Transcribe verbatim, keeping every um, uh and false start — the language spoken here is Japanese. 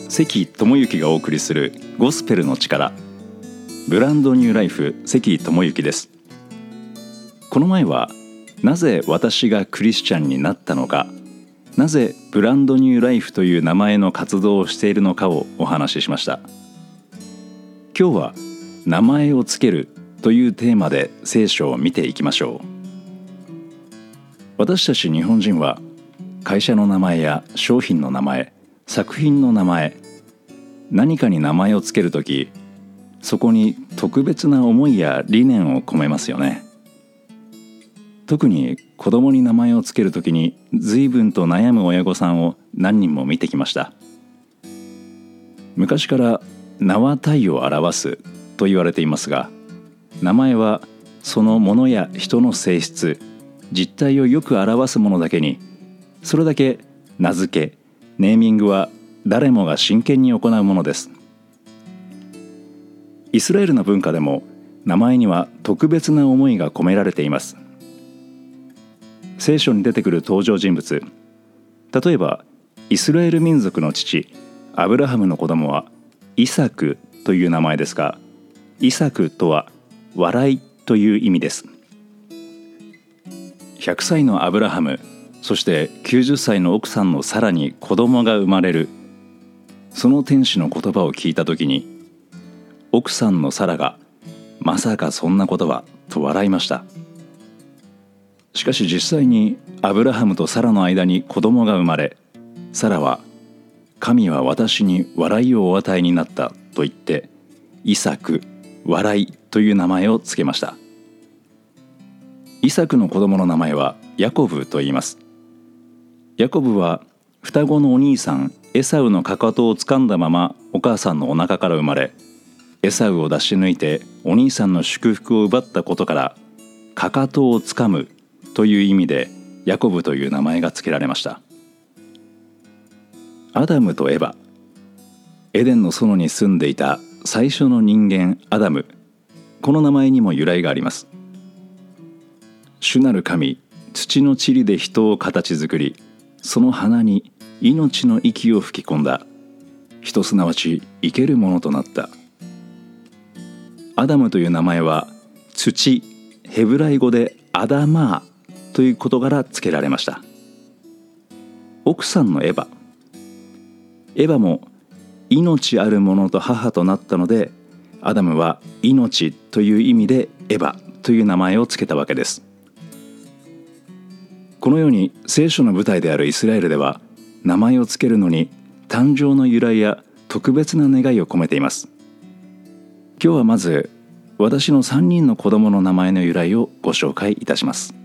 関智之がお送りするゴスペルの力、ブランドニューライフ関智之です。この前はなぜ私がクリスチャンになったのか、なぜブランドニューライフという名前の活動をしているのかをお話ししました。今日は名前をつけるというテーマで聖書を見ていきましょう。私たち日本人は会社の名前や商品の名前、作品の名前、何かに名前をつけるとき、そこに特別な思いや理念を込めますよね。特に子供に名前をつけるときに随分と悩む親御さんを何人も見てきました。昔から名は体を表すと言われていますが、名前はそのものや人の性質、実態をよく表すものだけに、それだけ名付け、ネーミングは誰もが真剣に行うものです。イスラエルの文化でも名前には特別な思いが込められています。聖書に出てくる登場人物、例えばイスラエル民族の父アブラハムの子供はイサクという名前ですが、イサクとは笑いという意味です。ひゃくさいのアブラハム、そしてきゅうじゅっさいの奥さんのサラに子供が生まれる。その天使の言葉を聞いたときに、奥さんのサラがまさかそんなことはと笑いました。しかし実際にアブラハムとサラの間に子供が生まれ、サラは神は私に笑いをお与えになったと言ってイサク、笑いという名前をつけました。イサクの子供の名前はヤコブと言います。ヤコブは双子のお兄さんエサウのかかとを掴んだままお母さんのお腹から生まれ、エサウを出し抜いてお兄さんの祝福を奪ったことからかかとを掴むという意味でヤコブという名前が付けられました。アダムとエバ、エデンの園に住んでいた最初の人間アダム、この名前にも由来があります。主なる神、土の塵で人を形作り、その鼻に命の息を吹き込んだ。人すなわち生けるものとなった。アダムという名前は土、ヘブライ語でアダマーという事柄付けられました。奥さんのエバ、エバも命あるものと母となったので、アダムは命という意味でエバという名前を付けたわけです。このように聖書の舞台であるイスラエルでは、名前を付けるのに誕生の由来や特別な願いを込めています。今日はまず私のさんにんの子供の名前の由来をご紹介いたします。